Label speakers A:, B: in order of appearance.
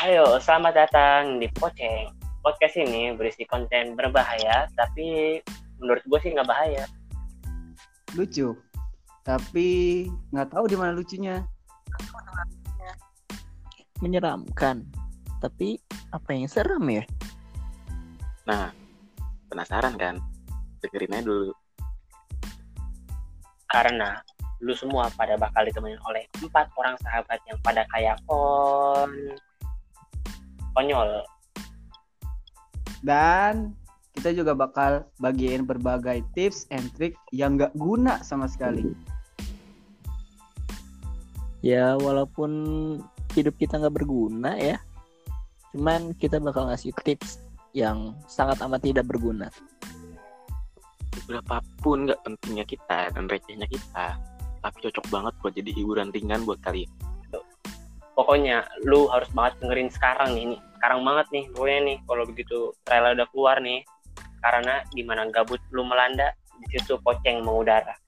A: Ayo, selamat datang di Poceng. Podcast ini berisi konten berbahaya, tapi menurut gue sih nggak bahaya.
B: Lucu, tapi nggak tahu di mana lucunya.
C: Menyeramkan, tapi apa yang serem ya?
D: Nah, penasaran kan? Dengerin aja dulu.
A: Karena lu semua pada bakal ditemenin oleh 4 orang sahabat yang pada kayak konyol.
B: Dan kita juga bakal bagiin berbagai tips and trik yang nggak guna sama sekali.
C: Ya walaupun hidup kita nggak berguna ya, cuman kita bakal ngasih tips yang sangat amat tidak berguna.
D: Berapapun nggak pentingnya kita dan recehnya kita, tapi cocok banget buat jadi hiburan ringan buat kalian.
A: Pokoknya lu harus banget dengerin sekarang nih. Sekarang banget nih, pokoknya nih kalau begitu trailer udah keluar nih. Karena di mana gabut lu melanda, di situ Poceng mengudara.